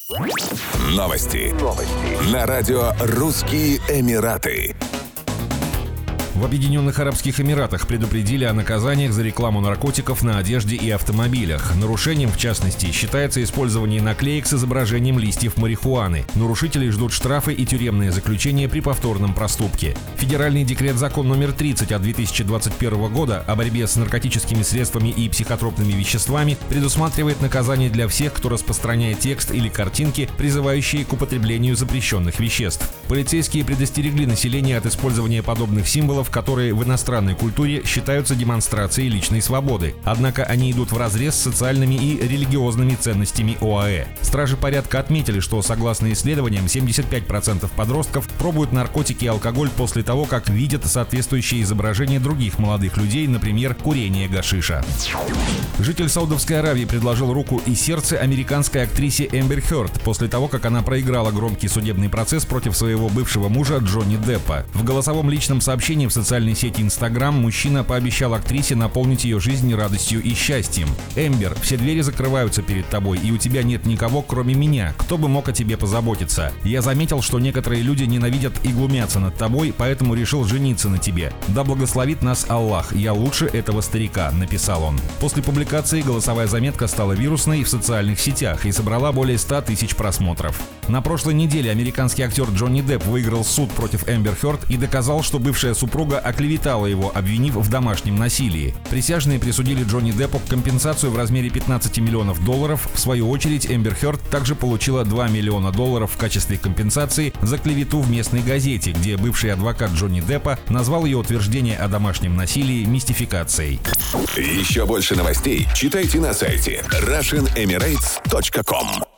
Новости. На радио «Русские Эмираты». В Объединенных Арабских Эмиратах предупредили о наказаниях за рекламу наркотиков на одежде и автомобилях. Нарушением, в частности, считается использование наклеек с изображением листьев марихуаны. Нарушителей ждут штрафы и тюремное заключение при повторном проступке. Федеральный декрет-закон номер 30 от 2021 года о борьбе с наркотическими средствами и психотропными веществами предусматривает наказание для всех, кто распространяет текст или картинки, призывающие к употреблению запрещенных веществ. Полицейские предостерегли население от использования подобных символов, которые в иностранной культуре считаются демонстрацией личной свободы. Однако они идут вразрез с социальными и религиозными ценностями ОАЭ. Стражи порядка отметили, что, согласно исследованиям, 75% подростков пробуют наркотики и алкоголь после того, как видят соответствующие изображения других молодых людей, например, курение гашиша. Житель Саудовской Аравии предложил руку и сердце американской актрисе Эмбер Хёрд после того, как она проиграла громкий судебный процесс против своего бывшего мужа Джонни Деппа. В голосовом личном сообщении в социальной сети Instagram мужчина пообещал актрисе наполнить ее жизнь радостью и счастьем. «Эмбер, все двери закрываются перед тобой, и у тебя нет никого, кроме меня. Кто бы мог о тебе позаботиться? Я заметил, что некоторые люди ненавидят и глумятся над тобой, поэтому решил жениться на тебе. Да благословит нас Аллах, я лучше этого старика», — написал он. После публикации голосовая заметка стала вирусной в социальных сетях и собрала более 100 тысяч просмотров. На прошлой неделе американский актер Джонни Депп выиграл суд против Эмбер Хёрд и доказал, что бывшая супруга оклеветала его, обвинив в домашнем насилии. Присяжные присудили Джонни Деппу компенсацию в размере $15 миллионов. В свою очередь, Эмбер Хёрд также получила $2 миллиона в качестве компенсации за клевету в местной газете, где бывший адвокат Джонни Деппа назвал ее утверждение о домашнем насилии мистификацией. Еще больше новостей читайте на сайте RussianEmirates.com.